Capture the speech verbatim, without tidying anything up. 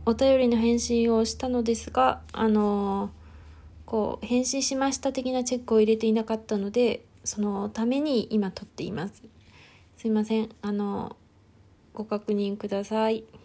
お便りの返信をしたのですが、あのこう返信しました的なチェックを入れていなかったので、そのために今撮っています。すいません。あのご確認ください。